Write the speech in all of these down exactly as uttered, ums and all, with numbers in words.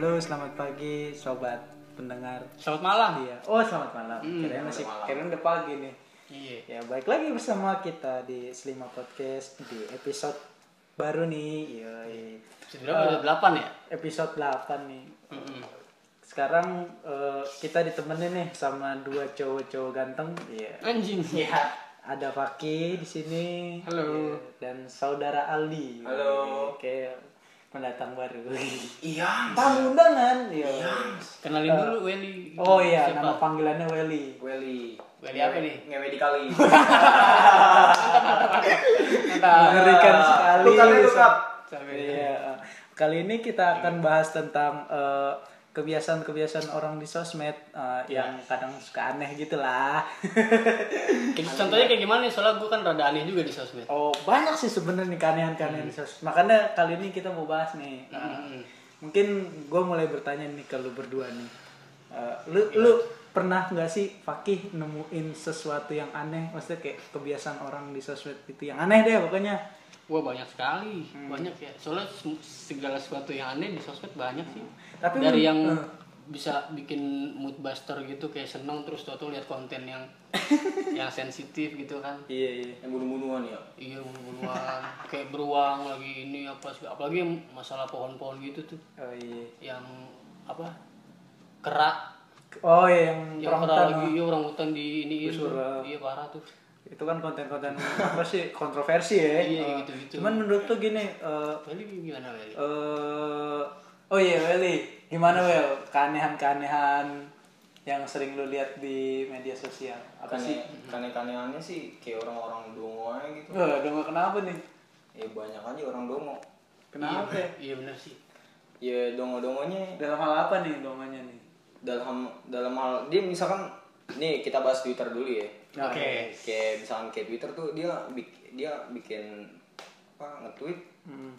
Halo, selamat pagi sobat pendengar. Selamat malam. Iya. Oh, selamat malam. Hmm, Kirain masih malam. kirain udah pagi nih. Iya. Ya, balik lagi bersama kita di Selima Podcast di episode baru nih. Yoi. Sudah berapa? delapan ya? Episode delapan nih. Mm-mm. Sekarang eh, kita ditemenin nih sama dua cowok-cowok ganteng. Iya. Anjing. Iya. Ada Faki di sini. Halo. Iya. Dan saudara Aldi. Halo. Oke. Pendatang baru. Iya. Tamu undangan. Iya. Kenalin Eh, dulu Welly. Oh iya, Siapa? nama panggilannya Welly. Welly. Welly apa nih? Ngewe di kali. Mengerikan sekali. Lu kan itu, Kap. Iya. eh, Kali ini kita akan bahas tentang eh, kebiasaan-kebiasaan orang di sosmed eh, yang kadang suka aneh gitu lah. Kayak- Contohnya kayak gimana nih? Soalnya gue kan rada aneh juga di sosmed. Oh, banyak sih sebenarnya keanehan-keanehan di sosmed. Makanya kali ini kita mau bahas nih. Nah, Mm-mm. mungkin gue mulai bertanya nih ke lu berdua nih. Eh, lu lu pernah nggak sih Fakih nemuin sesuatu yang aneh? Maksudnya kayak kebiasaan orang di sosmed itu yang aneh deh pokoknya. Wah banyak sekali, banyak ya. Soalnya sem- segala sesuatu yang aneh di sosmed banyak sih. Tapi dari men- yang eh. bisa bikin mood buster gitu, kayak seneng terus tuh lihat konten yang yang sensitif gitu kan. Iya iya. Yang bunuh-bunuhan ya. Iya bunuh-bunuhan, kayak beruang lagi ini apa segala, apalagi yang masalah pohon-pohon gitu tuh, Oh iya. yang apa kerak, Oh iya yang yang kerak orangutan. lagi, iya orang hutan di ini itu, Busur, iya parah tuh. Itu kan konten-konten apa sih kontroversi ya. Iya, Eh, gitu-gitu. Cuman menurut lu gini, eh Welly gimana Welly? eh, oh iya Welly, gimana Wel? Keanehan-keanehan yang sering lu lihat di media sosial apa sih? Kane kane-kaneannya sih kayak orang-orang dongo aja gitu. Wah, dong kenapa nih? Ya banyak aja orang dongo. Kenapa? Iya, iya benar sih. Ya dongo-dongonya Dalam hal apa nih dongannya nih? dalam dalam hal dia misalkan nih kita bahas Twitter dulu ya. Nah, Oke. Kayak misalkan kayak Twitter tuh dia bik- dia bikin apa nge-tweet. Hmm.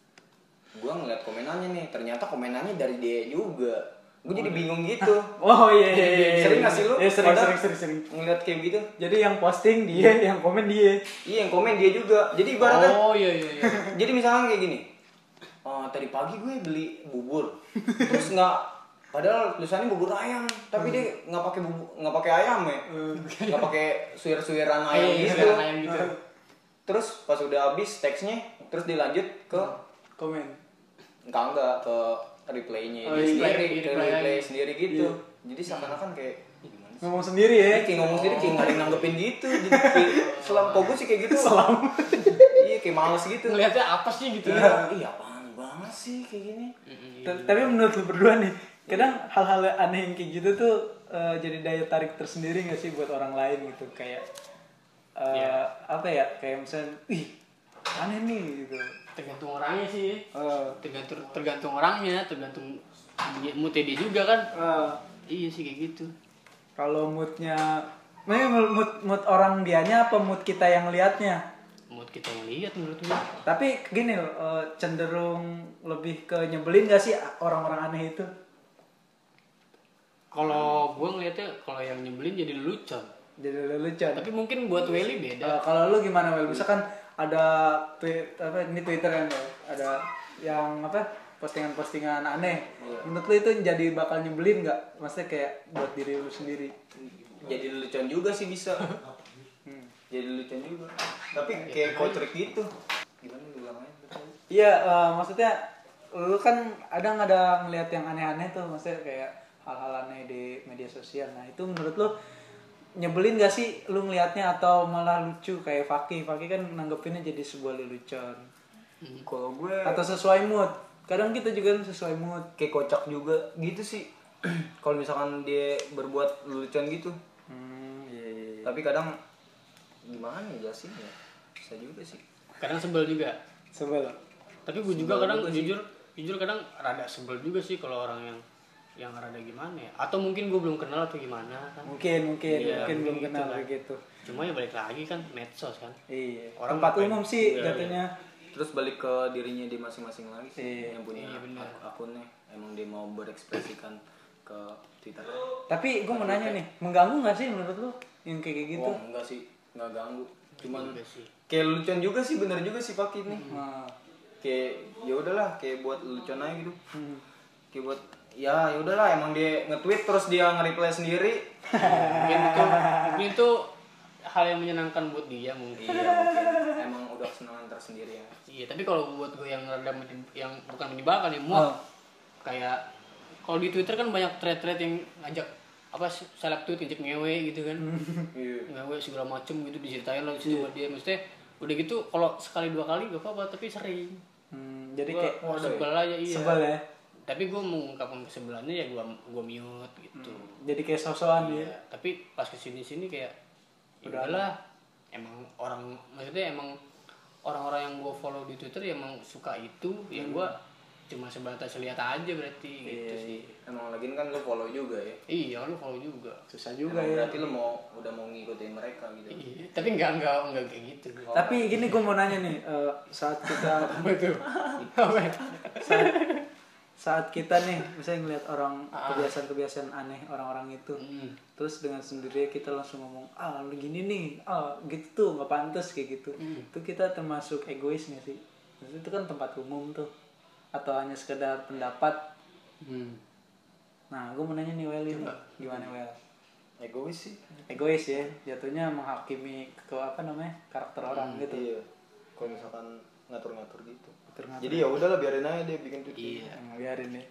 Gua ngeliat komenannya nih, ternyata komenannya dari dia juga. Gue jadi bingung gitu. Oh iya iya iya. Sering nggak sih lu? Iya sering Pada sering sering sering. Ngeliat kayak gitu. Jadi yang posting dia, yang komen dia. Iya yang komen dia juga. Jadi ibaratnya Oh iya iya iya. jadi misalkan kayak gini, "Oh, tadi pagi gue beli bubur, terus nggak, padahal tulisannya bubur ayam, tapi dia nggak pakai bubur, nggak pakai ayam ya, nggak pakai suir-suiran ayam Iya, gitu. suiran ayam gitu. Terus pas udah habis teksnya, terus dilanjut ke Komen. enggak enggak ke replaynya Oh, dia iya, sendiri, replay, ke replay replay lagi. sendiri gitu. Iya. Jadi seakan-akan kayak "Ih, gimana sih?" Ngomong sendiri ya. Dia kayak ngomong sendiri kayak nggak ada yang nanggepin gitu. Jadi kayak selam kok gue sih kayak gitu. Selam. Iya kayak males gitu. Ngeliatnya apa sih gitu? Iya, iya apaan banget sih kayak gini. Mm-mm. T- Tapi menurut lu berdua nih, kadang hal-hal aneh yang kayak gitu tuh eh, jadi daya tarik tersendiri gak sih buat orang lain gitu kayak eh, Iya. apa ya kayak misalnya, ih aneh nih gitu. Tergantung orangnya sih. Eh, Tergantung tergantung orangnya, tergantung dia, moodnya dia juga kan. eh, Iya sih kayak gitu. kalau moodnya, memang mood mood orang dianya apa mood kita yang liatnya? Mood kita ngeliat menurut gue. Tapi gini loh, eh, cenderung lebih ke nyebelin gak sih orang-orang aneh itu? Kalau gue ngeliatnya kalau yang nyebelin jadi lelucon. Jadi lelucon. Tapi mungkin buat Welly beda. Eh, kalau lu gimana Wel? Misalkan ada tweet apa ini Twitter kan ya, ada yang apa postingan-postingan aneh. Menurut lu itu jadi bakal nyebelin nggak? Maksudnya kayak buat diri lu sendiri. Jadi lelucon juga sih bisa. Hmm. Jadi lelucon juga. Tapi kayak kocrek gitu. Gimana lu bilangnya? Iya, eh, maksudnya lu kan kadang ada ngelihat yang aneh-aneh tuh, maksudnya kayak hal-hal aneh di media sosial. Nah itu menurut lu nyebelin gak sih lu ngelihatnya atau malah lucu kayak Fakih? Fakih kan nanggepinnya jadi sebuah lelucon. Kalau gue Atau sesuai mood. Kadang kita juga kan sesuai mood. kayak kocak juga gitu sih. Kalau misalkan dia berbuat lelucon gitu. Hmm, iya iya. iya. Tapi kadang gimana ya jelasin ya? Bisa juga sih. Kadang sebel juga. Sebel. Tapi gue juga Sebel kadang juga sih. jujur jujur kadang rada sebel juga sih kalau orang yang yang rada gimana ya. Atau mungkin gue belum kenal atau gimana kan. Mungkin mungkin Iya, mungkin belum gitu kenal kan. kayak gitu. Cuma ya balik lagi kan medsos kan. Iya. Orang Tempat ngapain? umum sih Iya, jatuhnya. Terus balik ke dirinya dia masing-masing lagi sih Iya. yang punya Iya, benar. ak- akunnya. Emang dia mau berekspresikan ke Twitter. Tapi gue mau nanya nih, mengganggu nggak sih menurut lu yang kayak gitu? Oh, enggak sih, enggak ganggu. Cuman Juga sih. kayak lelucon juga sih, bener juga sih Pak ini. Nah, Kayak ya udahlah, kayak buat lelucon aja gitu. hmm. kayak buat ya ya udahlah emang dia nge-tweet terus dia nge-reply sendiri. Mungkin itu mungkin itu hal yang menyenangkan buat dia mungkin. Iya mungkin emang udah kesenangan tersendiri ya. Iya, tapi kalau buat gue yang rada menye- yang bukan menyebalkan ya, muak. Oh. Kayak kalau di Twitter kan banyak thread-thread yang ngajak apa seleb tweet ngajak ngewe gitu kan. Iya. Ngewe segala macem gitu diceritain lah situ buat dia. Maksudnya udah gitu kalau sekali dua kali gak apa-apa tapi sering. Hmm, jadi Gua kayak sebel aja iya. sebel ya. Tapi gue mengungkapkan kesebelannya ya gue gue mute gitu. Jadi kayak sosokan Iya, ya. tapi pas kesini-sini kayak ya udahlah, emang orang maksudnya emang orang-orang yang gue follow di Twitter ya emang suka itu, ya gue cuma sebatas lihat aja berarti gitu Iya, sih. emang lagi kan lu follow juga ya. Iya, lu follow juga. Susah juga Emang ya. berarti lu mau udah mau ngikutin mereka gitu. Iya, tapi enggak enggak enggak kayak gitu. Tapi gini gue mau nanya nih, eh, saat kita Apa itu? Apa itu? saat, saat kita nih misalnya ngeliat orang kebiasaan-kebiasaan aneh orang-orang itu, Hmm. terus dengan sendirinya kita langsung ngomong ah lu gini nih, ah gitu tuh nggak pantas kayak gitu. Hmm. Itu kita termasuk egois nggak sih? Maksudnya itu kan tempat umum tuh, atau hanya sekedar pendapat. Hmm. Nah gue mau nanya nih Welly, gimana Wel? Egois sih. Egois ya, jatuhnya menghakimi ke apa namanya karakter orang gitu. Iya. Kalau misalkan ngatur-ngatur gitu. Ngatur-ngatur. Jadi ya udahlah biarin aja dia bikin tweet. Iya. Yang biarin ya.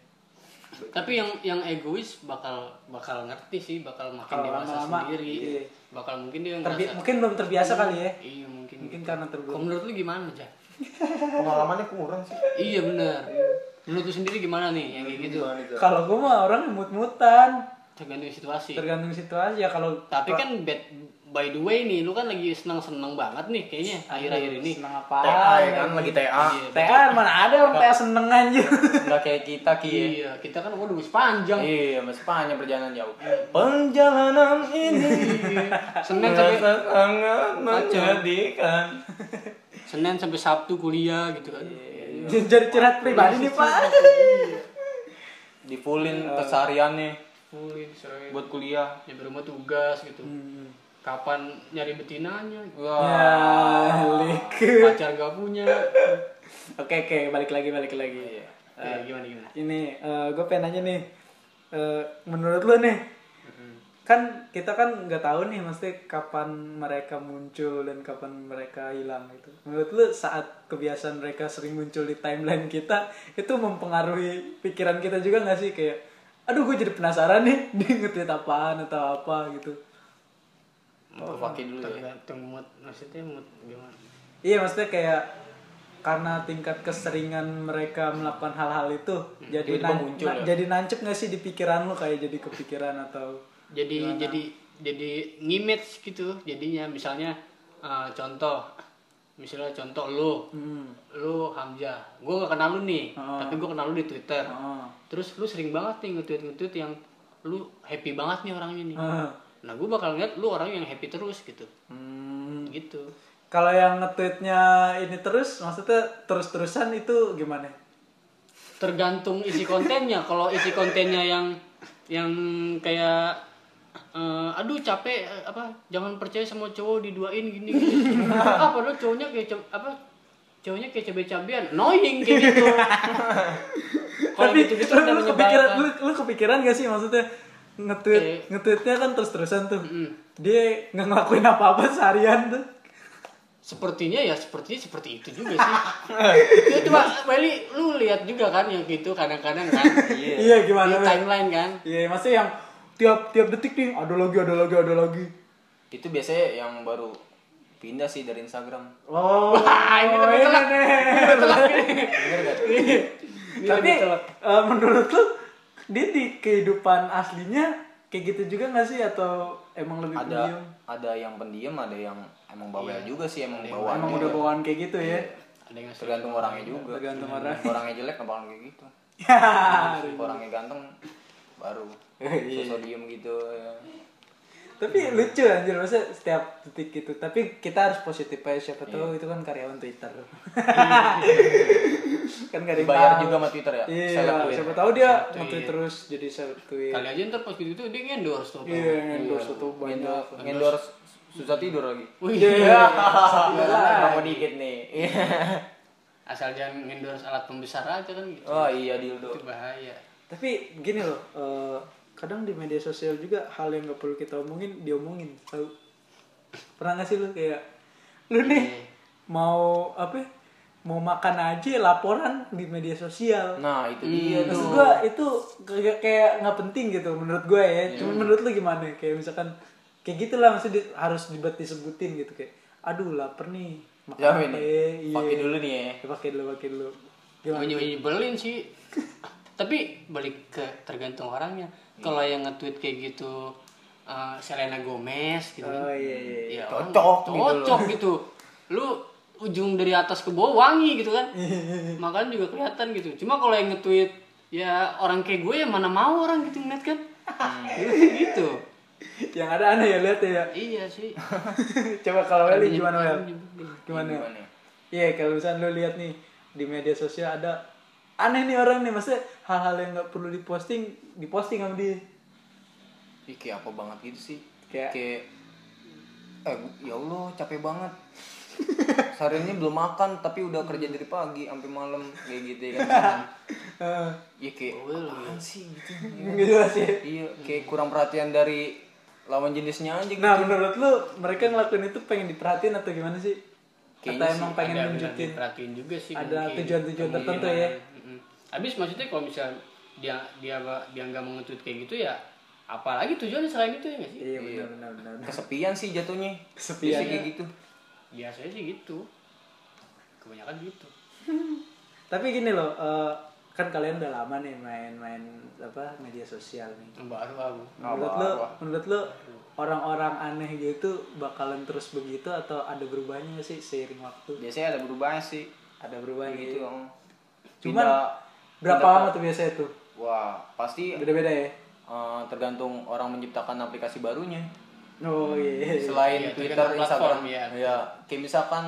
Tapi yang yang egois bakal bakal ngerti sih, bakal makin Kalau dewasa lama-lama, sendiri. iya. Bakal mungkin dia Terbi- ngerasa. mungkin belum terbiasa kali ya. Iya, mungkin. Mungkin karena Kalau terbiasa. menurut lu gimana, Jah? Pengalamannya kurang sih. Iya benar. Menurut lu sendiri gimana nih yang kayak gitu? Gimana itu? Kalau gue mah orang mut-mutan, Tergantung situasi. tergantung situasi ya. Kalau Tapi kan bad, by the way nih, lu kan lagi senang-senang banget nih kayaknya akhir-akhir ini. seneng T A apaan? ya kan lagi T A. Iya, T A mana ada orang T A seneng aja. Enggak kayak kita Ki. Iya, kita kan waduh sepanjang. Iya, masih panjang perjalanan jauh. Perjalanan ini Senin sampai sangat menjadikan. Senin sampai Sabtu kuliah gitu kan. Jadi curhat pribadi nih Pak. Di fullin kesehariannya Kuliah, sore. buat kuliah. Nyampe rumah tugas gitu. Hmm. Kapan nyari betinanya? Wah. Ya, lik. Pacar gak punya. Oke oke, balik lagi balik lagi. Iya. Eh, gimana gimana? Ini gue pengen nanya nih, eh, menurut lo nih, kan kita kan nggak tahu nih mesti kapan mereka muncul dan kapan mereka hilang gitu. Menurut lo saat kebiasaan mereka sering muncul di timeline kita itu mempengaruhi pikiran kita juga nggak sih, kayak aduh gue jadi penasaran nih dia nge-tweet apaan atau apa gitu. Mau pakai dulu ya. Tergantung mood, maksudnya mood gimana? Iya maksudnya kayak karena tingkat keseringan mereka melakukan hal-hal itu jadi tiba-tiba nan- muncul na- ya? jadi nancep nggak sih di pikiran lo, kayak jadi kepikiran atau Jadi jadi jadi ngimage gitu. Jadinya misalnya eh, contoh misalnya contoh lu, hmm. lu Hamzah, gue gak kenal lu nih, Oh. tapi gue kenal lu di Twitter. Oh. Terus lu sering banget nih nge-tweet nge-tweet yang lu happy banget nih orangnya nih. Ah. Nah gue bakal ngeliat lu orang yang happy terus gitu, Hmm. gitu. Kalau yang nge-tweetnya ini terus, maksudnya terus-terusan itu gimana? Tergantung isi kontennya. Kalau isi kontennya yang yang kayak eh, aduh capek eh, apa jangan percaya sama cowok diduain gini gini. Ah padahal cowoknya kayak co- apa cowoknya kayak cabe-cabean, annoying kayak gitu. Kalau Tapi gitu-gitu lu, udah lu kepikiran, menyebalkan. lu, lu kepikiran gak sih maksudnya nge-tweet, Kayak- nge-tweetnya kan terus-terusan tuh. Mm. Dia nggak ngelakuin apa-apa seharian tuh. Sepertinya ya sepertinya seperti itu juga sih. Ya coba Welly lu lihat juga kan yang gitu kadang-kadang kan. Iya. Iya gimana? Di Bel? timeline kan. Iya maksudnya yang tiap tiap detik nih ada lagi ada lagi ada lagi. Itu biasanya yang baru pindah sih dari Instagram. Oh, Wah, ini lebih ini telak. nih. Bener gak? Ini Tapi lebih telak. eh, menurut lu dia di kehidupan aslinya kayak gitu juga nggak sih atau emang lebih Ada pendiam? ada yang pendiam, ada yang emang bawel Iya. juga sih, emang Ada yang bawaan Emang juga. udah bawaan kayak gitu ya? Ada yang ngasih Tergantung orangnya juga. Tergantung orang. Orangnya jelek nggak bakal kayak gitu. Ya. Orangnya ganteng baru Iya. sosok diem gitu ya. Tapi lucu anjir maksudnya setiap detik gitu. Tapi kita harus positif aja, siapa tahu itu kan karyawan Twitter. Kan gak ada yang Dibayar tahu. juga sama Twitter ya. Iya, Seleb tweet. siapa tahu dia Seleb tweet. nge-tweet terus jadi seleb tweet. Kali aja ntar pas gitu dia endorse tuh. Iya, endorse tuh banyak. Ngendor- Ngendorse susah tidur lagi. Wih, Iya. Berapa dikit nih. asal jangan endorse alat pembesar aja kan gitu. Oh iya dildo. Itu bahaya. Tapi gini loh, eh, kadang di media sosial juga hal yang nggak perlu kita omongin diomongin, tahu? Pernah nggak sih lu kayak lu nih Iya. mau apa? Mau makan aja laporan di media sosial. Nah itu dia Maksud tuh. gue itu kayak kayak nggak penting gitu menurut gue ya. Cuma menurut lu gimana? Kayak misalkan kayak gitulah maksudnya di- harus dibuat disebutin gitu kayak. Aduh lapar nih. Makan Ya apa ini, ya? Iya. pakai dulu nih ya. Ya, pakai dulu, pakai dulu. Gimana? Gimana? Nyebelin sih. Tapi balik ke tergantung orangnya. Kalau yang nge-tweet kayak gitu uh, Selena Gomez gitu kan. Oh iya iya. iya. Ya, orang Cocok gitu cocok gitu. Lu ujung dari atas ke bawah wangi gitu kan. Makanya juga kelihatan gitu. Cuma kalau yang nge-tweet ya orang kayak gue ya mana mau orang gitu ngeliat kan. gitu. Yang ada aneh ya lihat ya. Iya sih. Coba kalau Weli Nyebelin, gimana Wel? nyebelin. Gimana? Gimana ya? Iya kalau misalnya lu lihat nih di media sosial ada aneh nih orang nih, maksudnya hal-hal yang nggak perlu diposting diposting sama dia. Ih, kayak apa banget gitu sih. Kayak- Kayak eh ya Allah capek banget. Sehariannya belum makan tapi udah kerja dari pagi sampai malam kayak gitu ya kan. Heeh. Iya kayak Bawel, apaan sih gitu. Gitu sih. Iya, kayak kurang perhatian dari lawan jenisnya aja gitu. Nah menurut lu mereka ngelakuin itu pengen diperhatiin atau gimana sih? Kayaknya Atau sih emang pengen Ada benar nunjukin? diperhatiin juga sih. Ada mungkin. tujuan-tujuan tertentu Kemungkinan. ya? Mm-mm. Habis maksudnya kalau misal dia dia dia nggak mau nge-tweet kayak gitu ya, apalagi tujuannya selain itu ya nggak sih? Iya benar benar benar. benar. Kesepian sih jatuhnya. Kesepian. Biasanya kayak gitu. Biasanya sih gitu. Kebanyakan gitu. Tapi gini loh, eh, kan kalian udah lama nih main-main apa media sosial nih. Yang baru aku. Menurut lu, menurut lu orang-orang aneh gitu bakalan terus begitu atau ada berubahnya nggak sih seiring waktu? Biasanya ada berubahnya sih. Ada berubahnya Gitu. gitu. Om. Cuman Pindah- berapa pindah lama ke- tuh biasanya tuh? Wah, pasti Beda-beda ya? eh, tergantung orang menciptakan aplikasi barunya. Oh iya. Selain Iya, Twitter, tergantung Instagram, platform, ya. ya. Kayak misalkan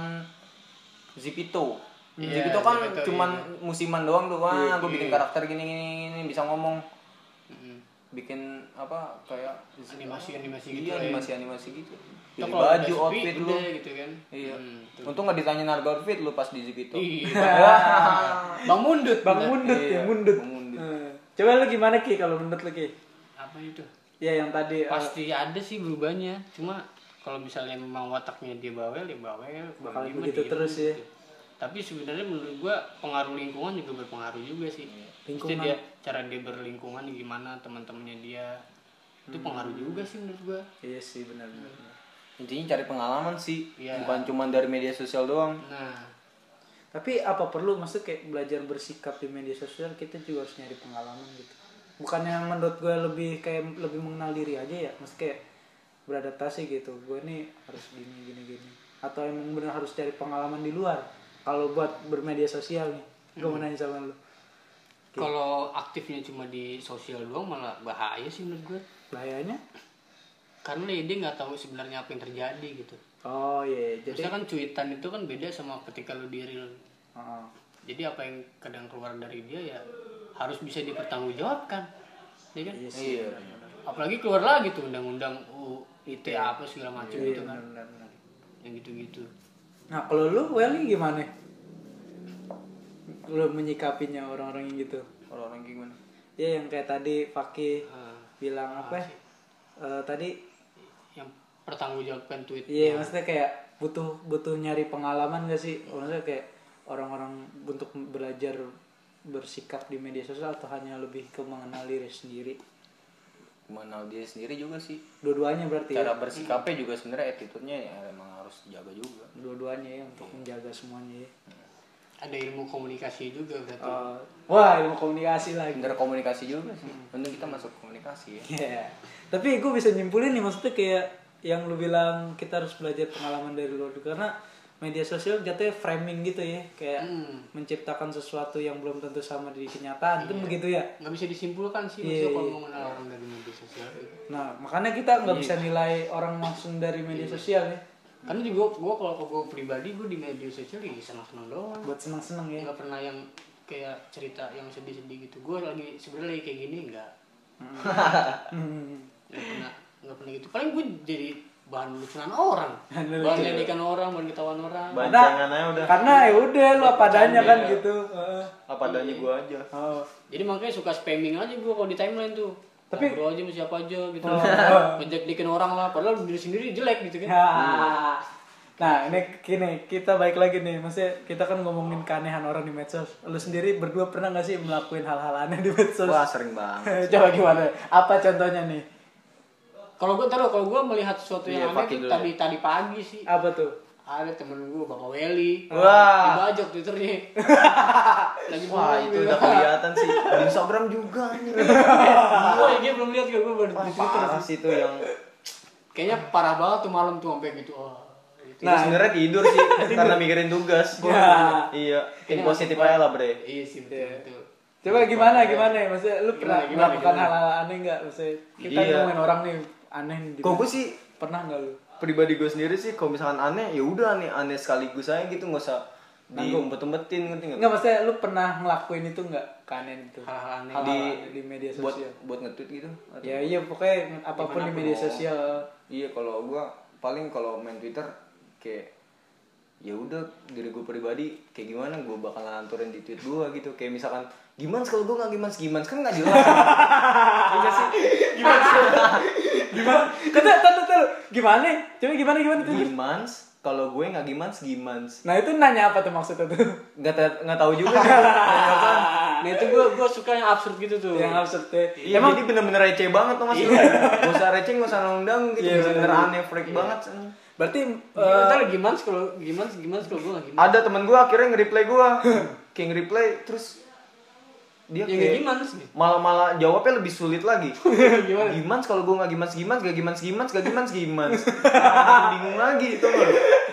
Zipito. Iya, Zipito kan Zipito, cuman iya. musiman doang tuh. Wah, Iya, gue bikin karakter gini gini gini bisa ngomong. Mm-mm. Bikin apa kayak Animasi-animasi gitu iya, ya. animasi-animasi gitu. Atau Pilih kalau baju, udah sepi, outfit lu. udah gitu kan. Iya. Hmm, tuh. Untung nggak ditanyain harga outfit lu pas di Zipito. Iya. Bang Mundut. Bang bener. Mundut Iya, ya, Mundut. Bang Mundut. Eh, Coba lu gimana Ki kalau menurut lu Ki? Apa itu? Ya yang tadi eh, Pasti ada sih berubahnya. Cuma kalau misalnya memang wataknya dia bawel, ya bawel. Bakal Kalau diem, begitu diem terus ya. gitu. Tapi sebenarnya menurut gua pengaruh lingkungan juga berpengaruh juga sih. Mesti Lingkungan. dia cara dia berlingkungan gimana, teman-temannya dia itu pengaruh juga sih menurut gua. iya sih benar-benar. Intinya cari pengalaman sih, Iya. bukan cuma dari media sosial doang. Nah, Tapi apa perlu maksud kayak belajar bersikap di media sosial kita juga harus nyari pengalaman gitu. Bukannya menurut gue lebih kayak lebih mengenal diri aja ya, maksud kayak beradaptasi gitu. Gue nih harus gini gini gini. Atau emang benar harus cari pengalaman di luar. Kalau buat bermedia sosial nih, gue mau nanya sama lu. kalau aktifnya cuma di sosial doang malah bahaya sih menurut gua. Bahayanya? Karena dia nggak tahu sebenarnya apa yang terjadi gitu. Oh iya, jadi Maksudnya kan cuitan itu kan beda sama ketika lu di real. oh, Jadi apa yang kadang keluar dari dia ya harus bisa dipertanggungjawabkan. Ya kan? iya sih. Iya. Apalagi keluar lagi tuh undang-undang U I T E apa segala macam Iya, gitu kan. benar, benar. Yang gitu-gitu. Nah kalau lu Welly gimana? Lu menyikapinya orang-orang yang gitu? Orang-orang gimana? Ya yang kayak tadi Fakih Ah, bilang apa ya? Eh, tadi yang pertanggungjawabkan tweet. iya maksudnya kayak butuh butuh nyari pengalaman gak sih? Maksudnya kayak orang-orang untuk belajar bersikap di media sosial atau hanya lebih ke mengenal diri sendiri? Mengenal dia sendiri juga sih. Dua-duanya berarti ya? Cara bersikapnya juga sebenarnya attitude-nya ya emang harus dijaga juga. Dua-duanya ya untuk menjaga semuanya ya. Ada ilmu komunikasi juga berarti. Eh, wah ilmu komunikasi lagi. Bener komunikasi juga sih. Untung kita masuk komunikasi ya. Iya. Tapi gue bisa nyimpulin nih maksudnya kayak yang lu bilang kita harus belajar pengalaman dari luar karena media sosial jatuhnya framing gitu ya kayak Hmm. menciptakan sesuatu yang belum tentu sama di kenyataan kan begitu ya. Nggak bisa disimpulkan sih Iya, maksudnya kalau iya. mengenal orang dari media sosial gitu. Nah makanya kita nggak bisa nilai orang langsung dari media sosial ya Karena juga gue kalau gue pribadi gue di media sosial ya senang-senang doang. buat senang-senang ya. Nggak pernah yang kayak cerita yang sedih-sedih gitu. Gue lagi sebenarnya lagi kayak gini nggak. Hmm. Nggak pernah nggak pernah gitu. Paling gue jadi bahan lucuan orang, Lucu. bahan ledekan orang, bahan ketahuan orang. Bancengan aja udah. Karena ya udah lu apa adanya kan Iya. gitu. Heeh. Apa adanya gua aja. Oh. Jadi makanya suka spamming aja gue kalau di timeline tuh. Tapi- Ngobrol aja sama siapa aja gitu. Oh. Ngejek-jekin orang lah, padahal diri sendiri jelek gitu kan. Ya. Nah, ini gini, kita balik lagi nih. Maksudnya kita kan ngomongin keanehan orang di medsos. Lu sendiri berdua pernah gak sih melakukan hal-hal aneh di medsos? Wah, sering banget. Coba gimana? Apa contohnya nih? Kalau gue taruh, kalau gue melihat sesuatu Iya, yang aneh pakai tuh dulu tadi tadi pagi sih. Apa tuh? Ada temen gue Bapak Weli. Wah. Dibajak Twitternya. Lagi Wah, bengong itu gitu. udah kelihatan sih. Di Instagram juga nih. Oh, ya, dia belum lihat gue gue baru Wah, di Twitter. parah sih itu yang Kayaknya parah banget tuh malam tuh sampai gitu. Oh, gitu. Nah, sebenarnya tidur sih karena mikirin tugas. Ya. Iya, yang positif aja lah, Bre. Iya sih betul, betul. Coba gimana gimana ya? Maksudnya lu pernah Gimana, gimana, melakukan gimana? hal-hal aneh enggak? Maksudnya kita Iya. ngomongin orang nih aneh nih. di Kok gue medsos. sih Pernah enggak lu? pribadi gue sendiri sih kalau misalkan aneh ya udah aneh aneh sekaligus aja gitu, nggak usah diumpet-umpetin, ngerti nggak? Enggak, maksudnya lu pernah ngelakuin itu enggak? Keanehan itu. Hal-hal aneh. Hal-hal Di- aneh di media buat sosial. buat nge-tweet gitu. Atau- Ya iya pokoknya apapun di Gimana media pun. sosial. Iya, kalau gue paling kalau main Twitter kayak ya udah diri gue pribadi kayak gimana gue bakal nganturin di tweet gue gitu, kayak misalkan gimana kalau gue nggak gimana gimana kan nggak jelas. Iya sih, Gimana? Gimana? Kita tahu tahu gimana? Coba gimana gimana tuh? gimana kalau gue nggak gimana gimana Nah itu nanya apa tuh maksudnya tuh? nggak ta- nggak tahu juga sih. Nanya apaan. Nah itu gue gue suka yang absurd gitu tuh. Yang absurd tuh. Iya, Emang jadi bener-bener receh banget tuh mas. Gak usah receh, gak usah nundang gitu. Iya, Bener-bener bener. aneh, freak banget. berarti Uh, eh, gimana sih kalau gimana gimana kalau gue nggak gimana? Ada temen gue akhirnya nge-reply gue, kayak nge-reply terus dia Ya nggak kayak gimana sih? malah-malah jawabnya lebih sulit lagi. Gimana? Gimana kalau gue nggak gimana gimana gak gimana gimana gak gimana gimana. Bingung lagi itu loh.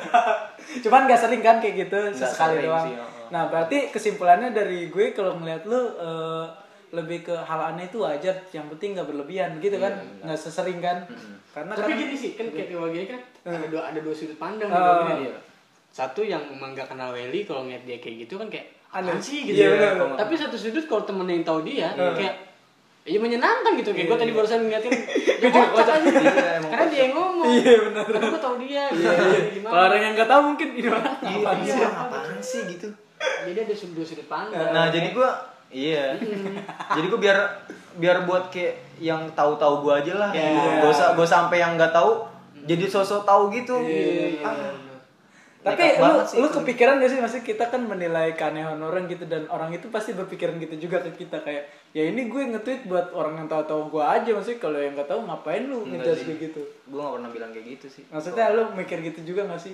cuman gak sering kan kayak gitu Nggak sesekali sering doang. sih, heeh. Nah berarti kesimpulannya dari gue kalau ngeliat lu eh, lebih ke hal aneh itu wajar, yang penting nggak berlebihan gitu kan, nggak sesering kan? Karena Tapi kan gini sih kan kayak teori gini kan ada dua ada dua sudut pandang Oh, gitu. iya. Satu yang emang gak kenal Welly kalau ngeliat dia kayak gitu kan kayak Aneh. aneh sih gitu. Iya, benar, benar. Tapi satu sudut kalau temennya yang tahu dia kayak ya menyenangkan gitu kayak gue tadi barusan ngeliatin dia kocak aja gitu. Iya, emang Karena dia yang ngomong. Iya, benar. Karena gue tahu dia. Gitu. Gimana? kalau orang yang nggak tahu mungkin ini mah Iya, apaan iya, sih? apaan sih gitu. Jadi ada sudut dua sudut pandang. Nah jadi gue, iya. Jadi gue biar biar buat kayak yang tahu-tahu gue aja lah. Iya. Gak usah gue sampai yang nggak tahu jadi sosok tahu gitu. Iya. Ah. Tapi Nekat lu banget sih lu itu. kepikiran gak sih, maksudnya kita kan menilai keanehan orang gitu, dan orang itu pasti berpikiran gitu juga ke kita kayak ya ini gue nge-tweet buat orang yang tahu-tahu gue aja, maksudnya kalau yang nggak tahu ngapain lu Enggak ngejudge sih. kayak gitu? Gue gak pernah bilang kayak gitu sih. Maksudnya lu mikir gitu juga gak sih?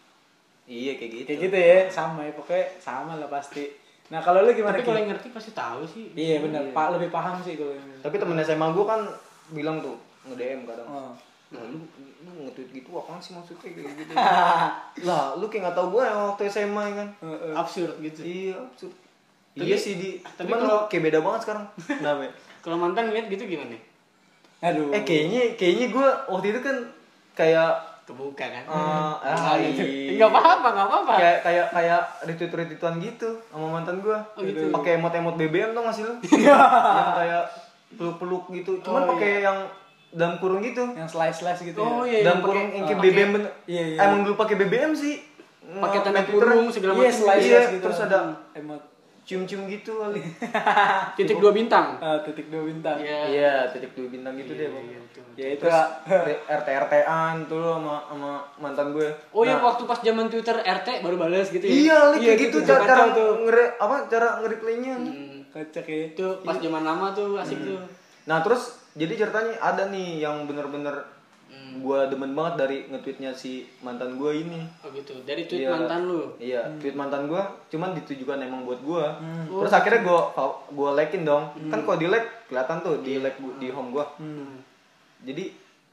Iya kayak gitu. Kayak gitu ya, sama ya, pokoknya sama lah pasti. Nah kalau lu gimana? Tapi kalau Ki? yang ngerti pasti tahu sih. Iya benar, Pak lebih paham sih kalau yang Tapi temen S M A gue kan bilang tuh nge-D M kadang. Oh. Nah, lu lu nge-tweet gitu apaan sih maksudnya kayak gitu. Lah, lu kayak gak tau gue yang waktu S M A ya kan. Heeh. Absurd gitu. Iya, absurd. Tapi- Iya sih di. tapi Cuman kalau- lu kayak beda banget sekarang. Kenapa? ya? Kalau mantan ngeliat gitu gimana? Aduh. Eh kayaknya kayaknya gue waktu itu kan kayak Kebuka kan? eh ah, iya. Enggak apa-apa, enggak apa-apa. kayak kayak kayak retweet retweetan gitu sama mantan gue. Oh, gitu. Pakai emot emot B B M tuh nggak sih lu? Yang kayak peluk peluk gitu. Cuman Oh, pakai yang dalam kurung gitu. Yang slice slice gitu Oh ya. iya, Dalam yang kurung pakai yang kayak pakai- B B M bener. Iya, iya. Emang dulu pakai B B M sih. pakai tanda Nge- Twitter. kurung segala Iya, macam. slice Iya, slice gitu. terus ada emot cium-cium gitu kali. Titik dua bintang. ah, titik dua bintang. Iya. Iya, titik dua bintang gitu deh. Bang. Iya, betul. Ya itu Terus lah. R T R T-an tuh lo sama sama mantan gue. Oh iya, Nah, waktu pas zaman Twitter R T baru balas gitu ya. Iya, Li, kayak gitu gitu, cara, cara kacau tuh. ngere apa cara nge-reply-nya. Hmm, Kocak ya. itu pas zaman lama tuh asik tuh. Nah, terus jadi ceritanya ada nih yang bener-bener gue demen banget dari nge-tweetnya si mantan gue ini. Oh gitu. Dari tweet Iya. mantan lu. Iya, tweet mantan gue cuman ditujukan emang buat gue. Oh. Terus akhirnya gue gue like-in dong. Kan kalau di like kelihatan tuh di like bu- di home gue. Hmm. Jadi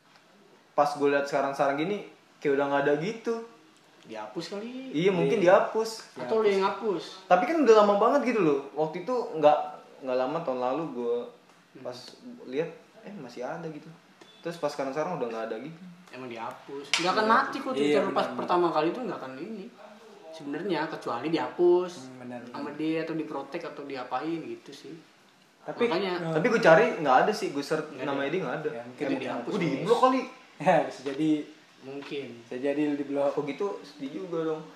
pas gue liat sekarang-sekarang gini kayak udah nggak ada gitu. Dihapus kali. Iya, mungkin dihapus. Atau lu yang ngapus. Tapi kan udah lama banget gitu loh. Waktu itu nggak nggak lama tahun lalu gue pas lihat eh masih ada gitu. Terus pas sekarang sekarang udah nggak ada gitu. Emang dihapus. Enggak akan mati kok Twitter Iya, lu pas benar. pertama kali tuh enggak akan ini. Sebenarnya kecuali dihapus Hmm, benar. sama dia atau diprotek atau diapain gitu sih. Tapi Makanya- eh, Tapi gue cari nggak ada sih, gue search Nggak namanya dia nggak ada. Ya, mungkin Emang dihapus. gue di blok kali. ya bisa jadi Mungkin. Bisa jadi lu di blok. Kok gitu sedih juga dong.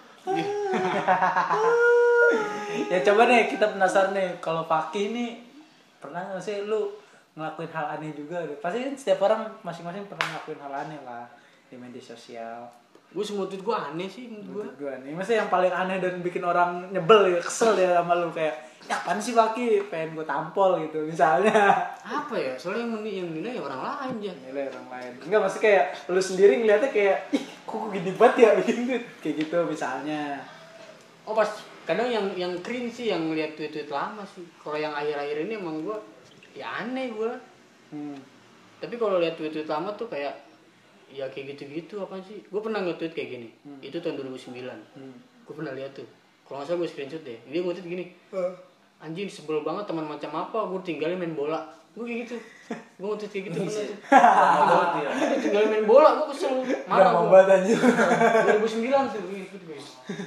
Ya coba nih kita penasaran nih kalau Fakih nih pernah nggak sih lu ngelakuin hal aneh juga? Pasti kan setiap orang masing-masing pernah ngelakuin hal aneh lah di media sosial. Gue semua tweet gue aneh sih menurut gue. Menurut gua nih, maksudnya yang paling aneh dan bikin orang nyebel ya, kesel ya sama lu kayak, ya apaan sih Fakih, pengen gue tampol gitu misalnya. Apa ya? Soalnya yang yang nilai ya orang lain aja. Nilai orang lain. Enggak, maksudnya kayak lu sendiri ngeliatnya kayak, ih kok gini banget ya bikin tweet kayak gitu misalnya. Oh pas kadang yang yang cringe sih yang ngeliat tweet-tweet lama sih. Kalau yang akhir-akhir ini emang gue ya aneh gue. Hmm. Tapi kalau lihat tweet-tweet lama tuh kayak ya kayak gitu-gitu apa sih? Gue pernah nge-tweet kayak gini. Hmm. Itu tahun dua ribu sembilan. Hmm. Gue pernah lihat tuh. Kalau nggak salah gue screenshot deh. Dia nge-tweet gini. Anjing sebel banget teman macam apa? Gue tinggalin main bola. Gue kayak gitu. Gue nge-tweet kayak gitu pernah tuh. Gue tinggalin main bola. Gue kesel. Marah Gampang gue. banget anjir. dua ribu sembilan tuh gitu guys.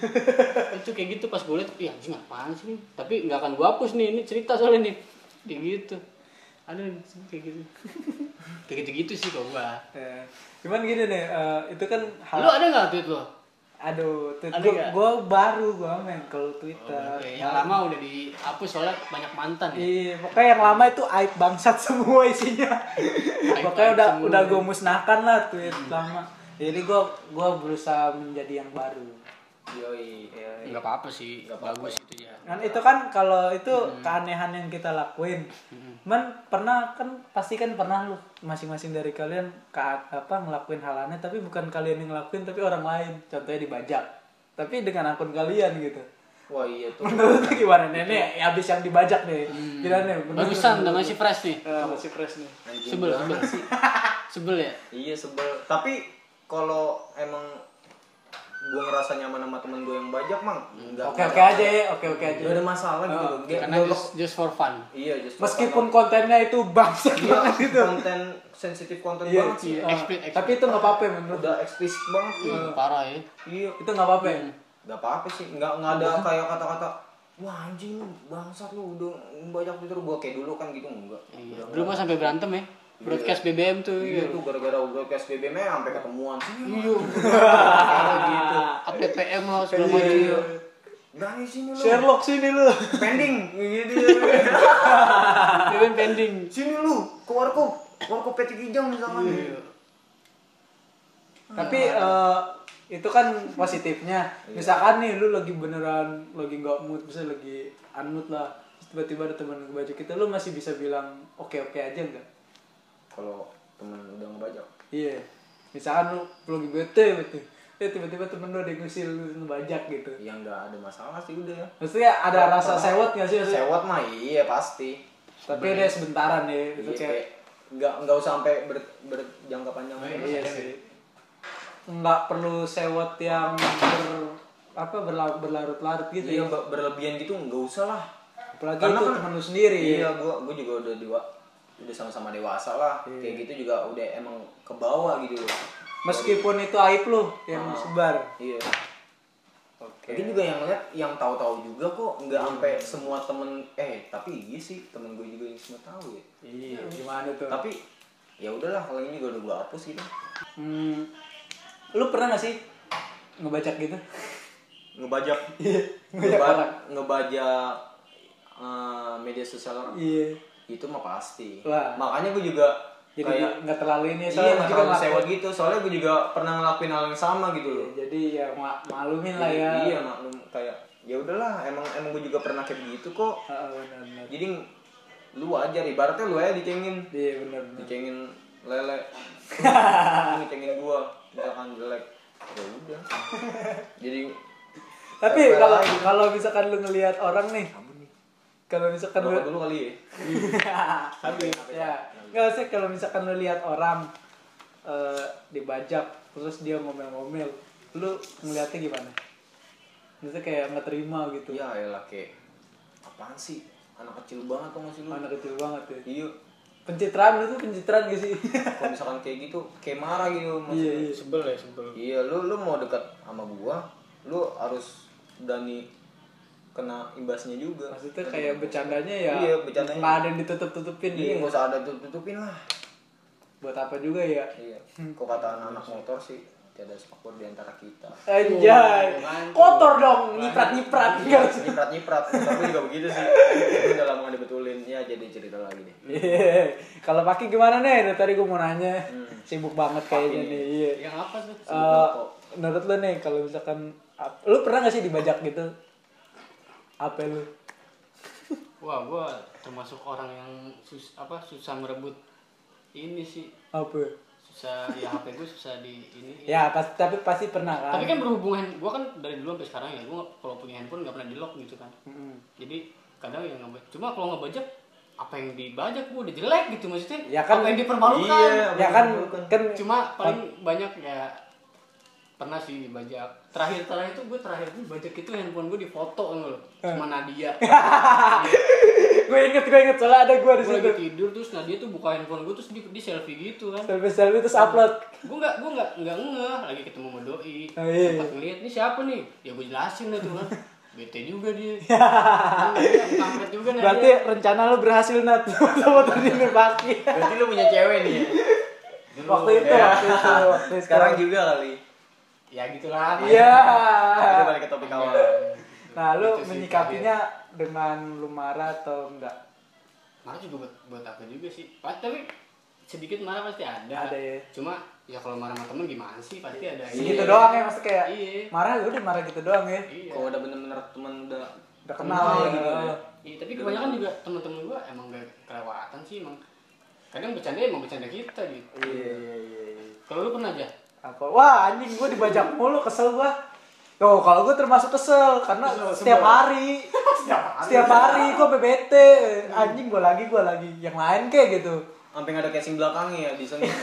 Itu kayak gitu pas gue liat, iya anjing apaan sih nih? Tapi nggak akan gue hapus nih, ini cerita soalnya nih. Kayak gitu. Aduh kayak gitu. Kayak gitu-gitu sih kok gua. Ya. Cuman gini nih, eh, itu kan hal. Lu ada nggak tweet lo? Aduh, tweet Ada gua, nggak? gua baru gua main kalau Twitter. Oh, oke. Yang lama udah dihapus soalnya banyak mantan ya. Iya, pokoknya yang lama itu aib bangsat semua isinya. Pokoknya Aib udah semua. udah gue musnahkan lah tweet lama. Jadi gue gue berusaha menjadi yang baru. Yoi, yoi. Enggak apa-apa sih, Nggak apa-apa. bagus itu ya. Kan itu kan kalau itu keanehan yang kita lakuin. Man pernah kan pasti kan pernah lu masing-masing dari kalian ke, apa ngelakuin hal aneh tapi bukan kalian yang ngelakuin tapi orang lain. Contohnya dibajak. Tapi dengan akun kalian gitu. Wah iya tuh. Menurut lu gimana nih? Nih habis yang dibajak nih. Gimana nih? Menurut lu- Bagusan udah masih fresh nih. Eh, masih fresh nih. Anjing Sebel, banget sebel. sih. Sebel ya? Iya sebel. Tapi kalau emang gue ngerasa nyaman sama temen gue yang bajak mang, enggak. Oke oke aja ya, oke oke aja. Gak ada masalah gitu loh. Kayak Karena gua- just, just for fun. Iya just Meskipun kontennya itu bangsat iya, banget gitu. konten sensitif konten Iya, banget sih. iya. Expli- Tapi itu nggak apa-apa menurut. Udah eksplisit banget. Hmm, parah ya. Iya. Itu nggak apa-apa. Ya? Gak apa-apa sih. Nggak nggak ada kayak kata-kata wah anjing lu bangsat lu udah banyak Twitter gua kayak dulu kan gitu enggak. Iya. Udah Dulu mah sampai berantem ya. Broadcast B B M tuh. Iya tuh gara-gara broadcast B B M sampai ketemuan. Iya. Parah gitu. A P P M lah segala macam. Iya. Berani sini lu. Sherlock sini lu. Pending gitu. B B M pending. Sini lu ke warkop. Warkop P tiga Kijang misalkan. Iya. Tapi eh, itu kan positifnya. Misalkan nih lu lagi beneran lagi nggak mood, misalnya lagi unmood lah. Terus tiba-tiba ada teman ngebajak kita, lu masih bisa bilang oke-oke aja enggak? Kalau temen udah ngebajak. Iya. Misalkan lu lagi bete gitu. Eh tiba-tiba temen lu ada yang ngusil lu ngebajak gitu. Ya nggak ada masalah sih udah. Maksudnya ada rasa sewot nggak sih? Maksudnya? Sewot mah iya pasti. Tapi dia sebentaran ya. Itu Iya, kayak kayak nggak nggak usah sampai ber, berjangka panjang. iya sih. Nggak perlu sewot yang ber, apa berla- berlarut-larut gitu Iya ya. ber- berlebihan gitu nggak usah lah. Apalagi Karena itu kan- temen lu sendiri. Iya, gua gua juga udah dewa, udah sama-sama dewasa lah. Iya. Kayak gitu juga udah emang ke bawah gitu loh. Meskipun itu aib lu yang Ah. disebar. Iya. Oke. Lagi juga yang lihat yang tahu-tahu juga kok nggak sampai semua temen eh tapi iya sih temen gue juga yang semua tahu ya. Iya, gimana tuh? Tapi ya udahlah kalau ini juga udah gue hapus gitu. Hmm, lu pernah gak sih ngebajak gitu? Ngebajak. ngebajak Ngeba- orang. ngebajak eh, media sosial orang. Iya. Itu mah pasti. Wah. Makanya gue juga Jadi kayak nggak terlalu ini iya soalnya nggak juga terlalu ngelakuin- sewot gitu. Soalnya gue juga pernah ngelakuin hal yang sama gitu loh. Iya, jadi ya ma- maklumin lah ya. Iya maklum kayak ya udahlah emang emang gue juga pernah kayak begitu kok. Heeh, benar-benar. Jadi lu wajar ibaratnya lu aja dicengin Iya benar-benar. dicengin lele lu dicengin gua misalkan jelek ya udah jadi Tapi fair kalau aja. kalau misalkan lu ngelihat orang nih, kalau misalkan lu rokok dulu kali ya habis ya. Enggak sih kalau misalkan lu lihat orang eh, dibajak terus dia ngomel-ngomel, lu ngeliatnya gimana? Maksudnya kayak nggak terima gitu. ya elah kayak apaan sih anak kecil banget tuh nggak sih lu Anak kecil banget ya. iya Pencitraan lu tuh pencitraan gak sih? kalau misalkan kayak gitu kayak marah gitu Iya, maksudnya iya. Sebel ya, sebel. iya lu lu mau dekat sama gua lu harus berani kena imbasnya juga Maksudnya kayak bercandanya ya. Iya, bercandanya. Nggak ada yang ditutup-tutupin iya ya. nggak usah ada tutup tutupin lah Buat apa juga ya? iya kok kata anak-anak motor sih tiada spakbor di antara kita. Anjay. Kotor dong, nyiprat-nyiprat. Nyiprat-nyiprat. Tapi juga begitu sih. Itu udah lama nggak dibetulin. Ya jadi cerita lagi deh. Iya. Kalau Paki gimana nih? Dari tadi gue mau nanya. Hmm. Sibuk banget kayaknya Paki nih. Iya. Yang apa tuh? Eh, menurut lu nih kalau misalkan lu pernah gak sih dibajak gitu? Apa lu? Wah, gua termasuk orang yang sus apa susah merebut ini sih. Apa? Susah ya H P gue susah di ini. Ya, pas, tapi pasti pernah kan? Tapi kan berhubungan, gue kan dari dulu sampai sekarang ya, gue kalau punya handphone nggak pernah di lock gitu kan. Mm-mm. Jadi kadang yang ngebajak, cuma kalau ngebajak apa yang dibajak gue udah jelek gitu maksudnya. Ya kan- apa yang dipermalukan. Iya. Ya kan kan Cuma paling banyak ya pernah sih dibajak. Terakhir terakhir itu gue terakhir gue bajak itu handphone gue difoto loh sama Nadia. gue inget gue inget soalnya ada gue di Gue situ. lagi tidur terus Nadia tuh buka handphone gue terus di, di selfie gitu kan. Selfie selfie terus upload. Gue nggak gue nggak nggak ngeh lagi ketemu sama doi. Oh, iya, Sempat iya. ngeliat ini siapa nih? Ya gue jelasin lah tuh kan. Bete juga dia. Nah, dia kampret juga Nadia. Berarti rencana lu berhasil Nat. Sama tadi nih Paki. Berarti lu punya cewek nih ya? Dulu, Waktu itu, Ya. waktu itu, waktu itu. Sekarang juga kali. ya gitulah. Iya. Kita balik ke topik awal. Nah, lu Itu sih, menyikapinya dengan lu marah atau enggak? Marah juga buat buat apa juga sih? Pas tapi sedikit marah pasti ada. Ada ya. Cuma ya kalau marah sama temen gimana sih? Pasti ada. Segitu Iya. doang ya maksudnya kayak Iya. marah ya udah marah gitu doang ya. Iya. Kalau udah bener-bener teman udah Udah kenal Kenal gitu. gitu ya. Iya, tapi kebanyakan juga teman-teman gua emang gak kelewatan sih emang. Kadang bercanda emang bercanda kita gitu. Iya iya iya. iya. Kalau lu pernah aja? Apa? Wah, anjing gua dibajak mulu, kesel gua. Tuh, kalau gua termasuk kesel karena Kesel setiap semua. hari setiap hari gua B B T. Anjing gua lagi gua lagi yang lain kayak gitu. sampai nggak ada casing belakangnya ya di sana.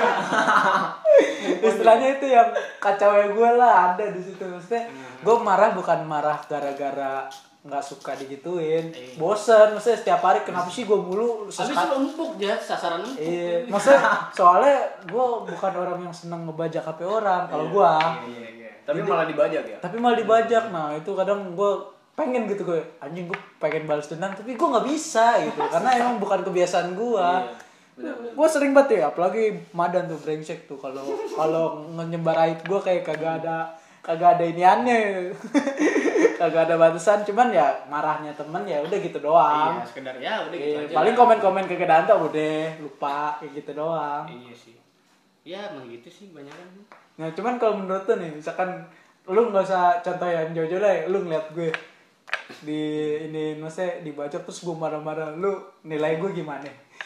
Istilahnya itu yang kacau gue lah ada di situ. Maksudnya gue marah bukan marah gara-gara nggak suka digituin, bosen. Maksudnya setiap hari kenapa sih gue mulu Habis sesak- lu empuk ya, sasaran empuk. Iya, maksudnya soalnya gue bukan orang yang seneng ngebajak H P orang. Kalau gue, Iya, iya. Tapi malah dibajak ya. tapi malah dibajak. Nah itu kadang gue pengen gitu gue, anjing gue pengen balas dendam, tapi gue nggak bisa gitu, karena emang bukan kebiasaan gue. Gue sering banget ya, apalagi Madan tuh brengsek tuh kalau kalau nyebar aib gue kayak kagak ada kagak ada iniannya, kagak ada batasan. Cuman ya marahnya temen ya udah gitu doang. Iya, sekedar ya udah gitu Iya, aja. paling komen-komen ke Danta udah lupa kayak gitu doang. Iya sih. Ya emang gitu sih banyak kan. Nah cuman kalau menurut tuh nih, misalkan lu nggak usah contoh yang jauh-jauh lah, lu ngeliat gue di ini maksudnya dibajak terus gue marah-marah, lu nilai gue gimana?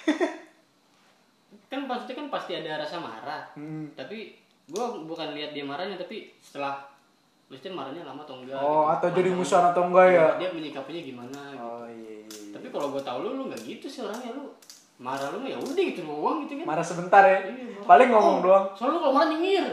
Kan pasti kan pasti ada rasa marah. Hmm. Tapi gua bukan lihat dia marahnya tapi setelah mesti marahnya lama atau enggak. Oh, gitu. atau jadi Macam- musuhan atau enggak ya? Dia menyikapinya gimana gitu. Oh iya. iya. Tapi kalau gua tahu lu lu enggak gitu sih orangnya, lu marah lu mah ya udah gitu doang gitu kan. Marah sebentar ya. Iya, marah. Paling ngomong doang. Soalnya lu kalau marah nyengir.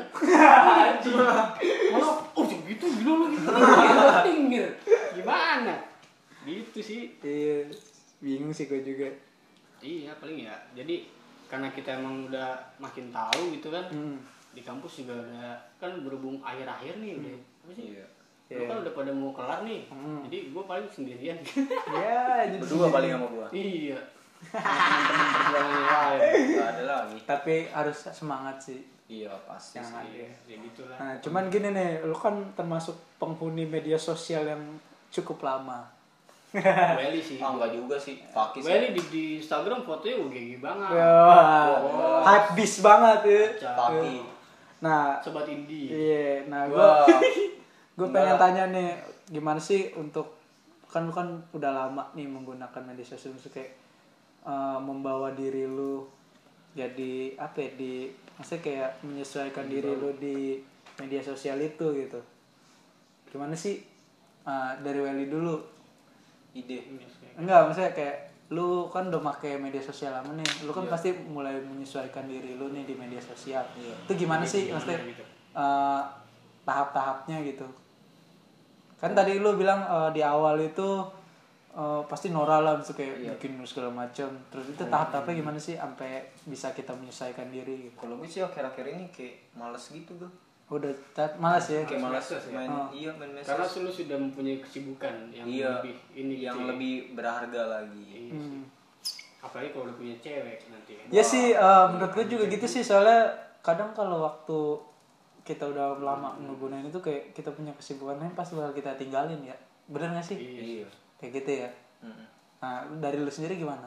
Malah oh jangan gitu gila lu gitu. Nyengir, nyengir. Gimana? Gitu sih. Iya. Bingung sih gue juga. Iya paling ya. Jadi karena kita emang udah makin tahu gitu kan. Hmm. Di kampus juga udah kan berhubung akhir-akhir nih udah apa sih? Iya. Lu kan udah pada mau kelar nih. Hmm. Jadi gue paling sendirian. Ya, jadi Berdua paling sama gua. Iya. Sama teman-teman perjuangan yang lain. Enggak ada lagi. tapi harus semangat sih. Iya pasti. Jangan. Iya, ya gitulah. Nah, cuman gini nih, lu kan termasuk penghuni media sosial yang cukup lama. Welly sih. Ah enggak juga sih. Fakis. Welly di, di Instagram fotonya udah gigi banget. Wah, hype bis banget ya. Pagi. Nah, Sobat indie. iya, nah Gua gua gue pengen enggak. tanya nih, gimana sih untuk kan lu kan udah lama nih menggunakan media sosial, maksudnya kayak eh, membawa diri lu jadi apa ya, di maksudnya kayak menyesuaikan diri lu di media sosial itu gitu. Gimana sih eh, dari Welly dulu? Ide. Enggak, maksudnya kayak lu kan udah pakai media sosial lama nih, lu kan Iya. pasti mulai menyesuaikan diri lu nih di media sosial. Iya. Itu gimana sih, maksudnya gitu. eh, tahap-tahapnya gitu? Kan tadi lu bilang eh, di awal itu eh, pasti Nora lah, maksudnya kayak Iya. bikin segala macam. Terus itu tahap-tahapnya gimana sih sampai bisa kita menyesuaikan diri gitu? Kalau gue sih akhir-akhir ini kayak males gitu gue. Udah tat- malas ya? Kayak malas medsos ya? main Oh. iya main medsos. Karena lu sudah mempunyai kesibukan yang iya, lebih ini yang gitu ya. lebih berharga lagi. Iya sih. Hmm. Apalagi kalau udah punya cewek nanti kan. Ya sih, eh, menurut gue juga gitu sih, soalnya kadang kalau waktu kita udah lama ngegunain itu kayak kita punya kesibukan lain pasti bakal kita tinggalin ya. Bener gak sih? Iya. Kayak gitu ya. Mm-mm. Nah, dari lu sendiri gimana?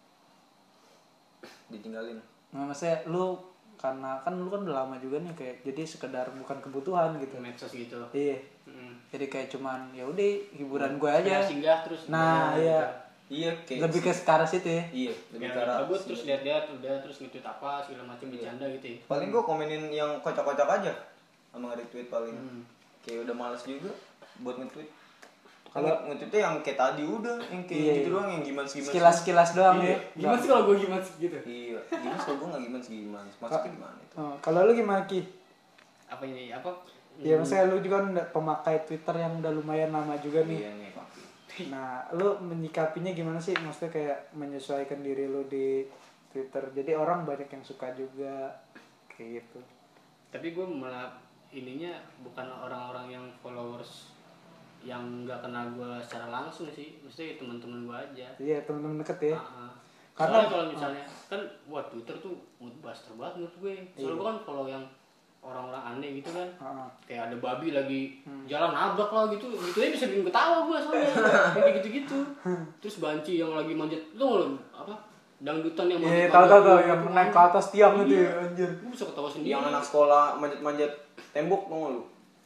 Ditinggalin. Nah, maksudnya lu karena kan lu kan udah lama juga nih kayak jadi sekedar bukan kebutuhan gitu. Medsos gitu. Iya. Mm. Jadi kayak cuman ya udah hiburan gue aja. Cuma singgah terus. Nah, udah, iya. gitu. Iya, kayak Lebih ke sekarang situ ya. Iya, lebih Ya, ke arah gabut sini. terus lihat-lihat udah terus nge-tweet apa segala macam bercanda gitu ya. Paling gue komenin yang kocak-kocak aja sama retweet paling. Hmm. Kayak udah males juga buat nge-tweet. Kalau- Kalau nge-tweetnya yang kayak tadi udah, yang kayak Iya, gitu iya. doang, yang gimana-gimana. Sekilas-sekilas doang Iya. ya. Gimana sih kalau gue gimana sih gitu? Iya, gimana kalau gue nggak gimana gimana, maksudnya gimana itu? Oh, kalau lu gimana Ki? Apa ini? Apa? Ya maksudnya lu juga kan udah pemakai Twitter yang udah lumayan lama juga nih. Iya nih Pak. Nah, lu menyikapinya gimana sih? Maksudnya kayak menyesuaikan diri lu di Twitter. Jadi orang banyak yang suka juga kayak gitu. Tapi gue malah ininya bukan orang-orang yang followers yang nggak kenal gue secara langsung sih, mesti teman-teman gue aja. Iya, teman-teman deket ya. Ah, ah. Karena- Soalnya kalau misalnya kan wah Twitter tuh moodbuster banget menurut gue. Soalnya gue kan follow yang orang-orang aneh gitu kan. Heeh. Kayak ada babi lagi jalan nabrak lah gitu, gitu aja bisa bikin ketawa gue soalnya. Kayak gitu-gitu. Terus banci yang lagi manjat, lu nggak lo apa? Dangdutan yang Iya, manjat. tahu tahu tahu yang naik ke atas tiang itu Iya. ya, anjir. Gue bisa ketawa sendiri. Yang anak sekolah manjat-manjat tembok tau nggak lu?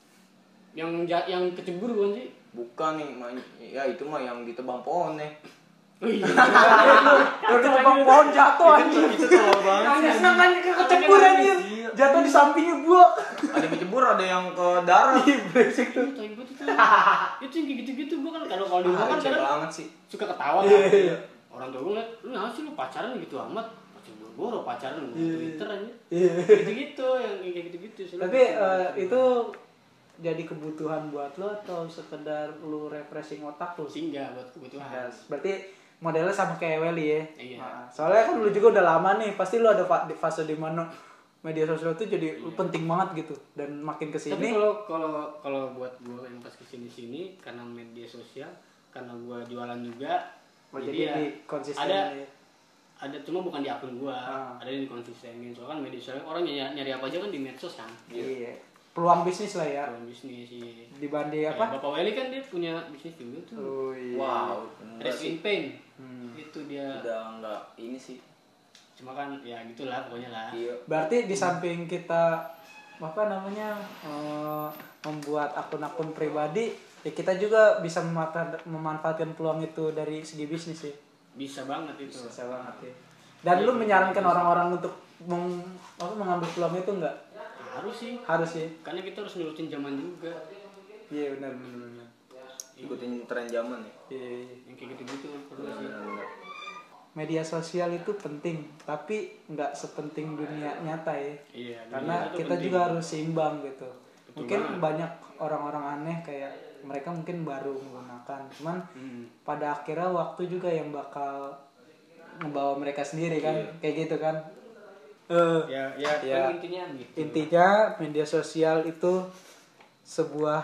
yang ja- yang kecebur bukan sih? Bukan nih, ma- ya itu mah yang ditebang pohon nih. Oh iya. Yang ditebang pohon jatuh anjir. Itu tolol banget. Hanya senang ke kecebur anjir. Jatuh di sampingnya buak. Ada yang kecebur, ada yang ke darat. Ih, brengsek tuh. Itu yang gue tuh. Itu yang kayak gitu-gitu gue kan kalau kalau di rumah Ah, kan kecil kadang banget sih. suka ketawa kan. Iya. Orang tua gue ngeliat, lu ngapain sih lu pacaran gitu amat? Pacar boro pacaran lu Iya. Twitter aja. Iya. Gitu-gitu yang yang kayak gitu-gitu. Soalnya Tapi gitu. eh, itu jadi kebutuhan buat lo atau sekedar lu refreshing otak lu? singgah buat kebutuhan. Ya, berarti modelnya sama kayak Welly ya. Iya. Nah, soalnya kan lu juga udah lama nih, pasti lu ada fa- di fase di mana media sosial itu jadi lu penting banget gitu dan makin Tapi kesini. kalau kalau kalau buat gue yang pas kesini-sini karena media sosial, karena gue jualan juga, Oh, jadi ya di konsisten ada ya. ada cuma bukan di akun gue, Ah. ada yang dikonsistenin. Soalnya kan media sosial orang nyari, nyari apa aja kan di medsos kan. Iya. Peluang bisnis lah ya. Jualan bisnis sih. Dibanding Kayak apa? Bapak Welly kan dia punya bisnis juga tuh. Oh iya. Wow, enggak Rest sih. in Pain. Hmm. Itu dia. Udah enggak ini sih. Cuma kan ya gitulah pokoknya lah. Iya. Berarti di samping kita apa namanya eh, membuat akun-akun pribadi, ya kita juga bisa memanfaatkan, memanfaatkan peluang itu dari segi bisnis sih. Bisa banget itu. Bisa banget ya. Dan lu menyarankan orang-orang untuk meng, apa, mengambil peluang itu enggak? Harus sih. Harus ya. Karena kita harus nurutin zaman juga. Iya benar benar benar. Ikutin tren zaman ya. Iya, iya. Yang kayak gitu-gitu perlu sih. Benar-benar. Media sosial itu penting, tapi nggak sepenting dunia nyata ya. Iya. Karena dunia itu kita penting. juga harus seimbang gitu. Betul Mungkin banget. banyak orang-orang aneh kayak mereka mungkin baru menggunakan, cuman Hmm. pada akhirnya waktu juga yang bakal ngebawa mereka sendiri kan, kayak gitu kan. Eh, Ya, ya, Ya. kan intinya gitu. intinya media sosial itu sebuah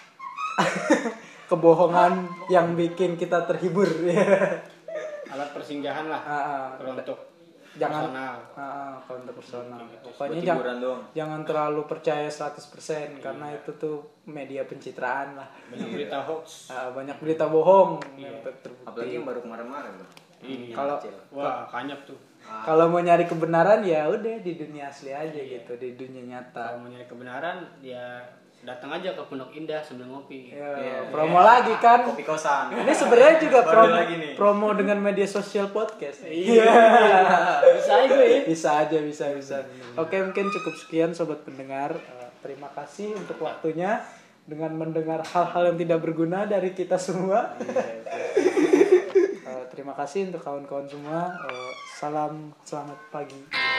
kebohongan yang bikin kita terhibur. Alat persinggahan lah Ah, ah. kalau untuk Jangan- personal. Ah, kalau untuk personal. Buat Pokoknya jangan, hiburan doang. jangan terlalu percaya seratus persen karena itu tuh media pencitraan lah. Banyak berita hoax. Ah, banyak berita bohong yang ter- terbukti. Apalagi yang baru kemarin-kemarin tuh. Iya. Kalau Wah, kanyap tuh. kalau mau nyari kebenaran ya udah di dunia asli aja gitu, di dunia nyata. Kalau mau nyari kebenaran ya datang aja ke Pondok Indah sambil ngopi. Ya, Iya. promo lagi kan. Kopi kosan. Ini sebenarnya juga Baru promo, lagi nih. promo dengan media sosial podcast. Iya. Bisa aja ya. Bisa aja, bisa bisa. Oke, mungkin cukup sekian sobat pendengar. Eh, terima kasih untuk waktunya dengan mendengar hal-hal yang tidak berguna dari kita semua. Eh, terima kasih untuk kawan-kawan semua. Eh, salam selamat pagi.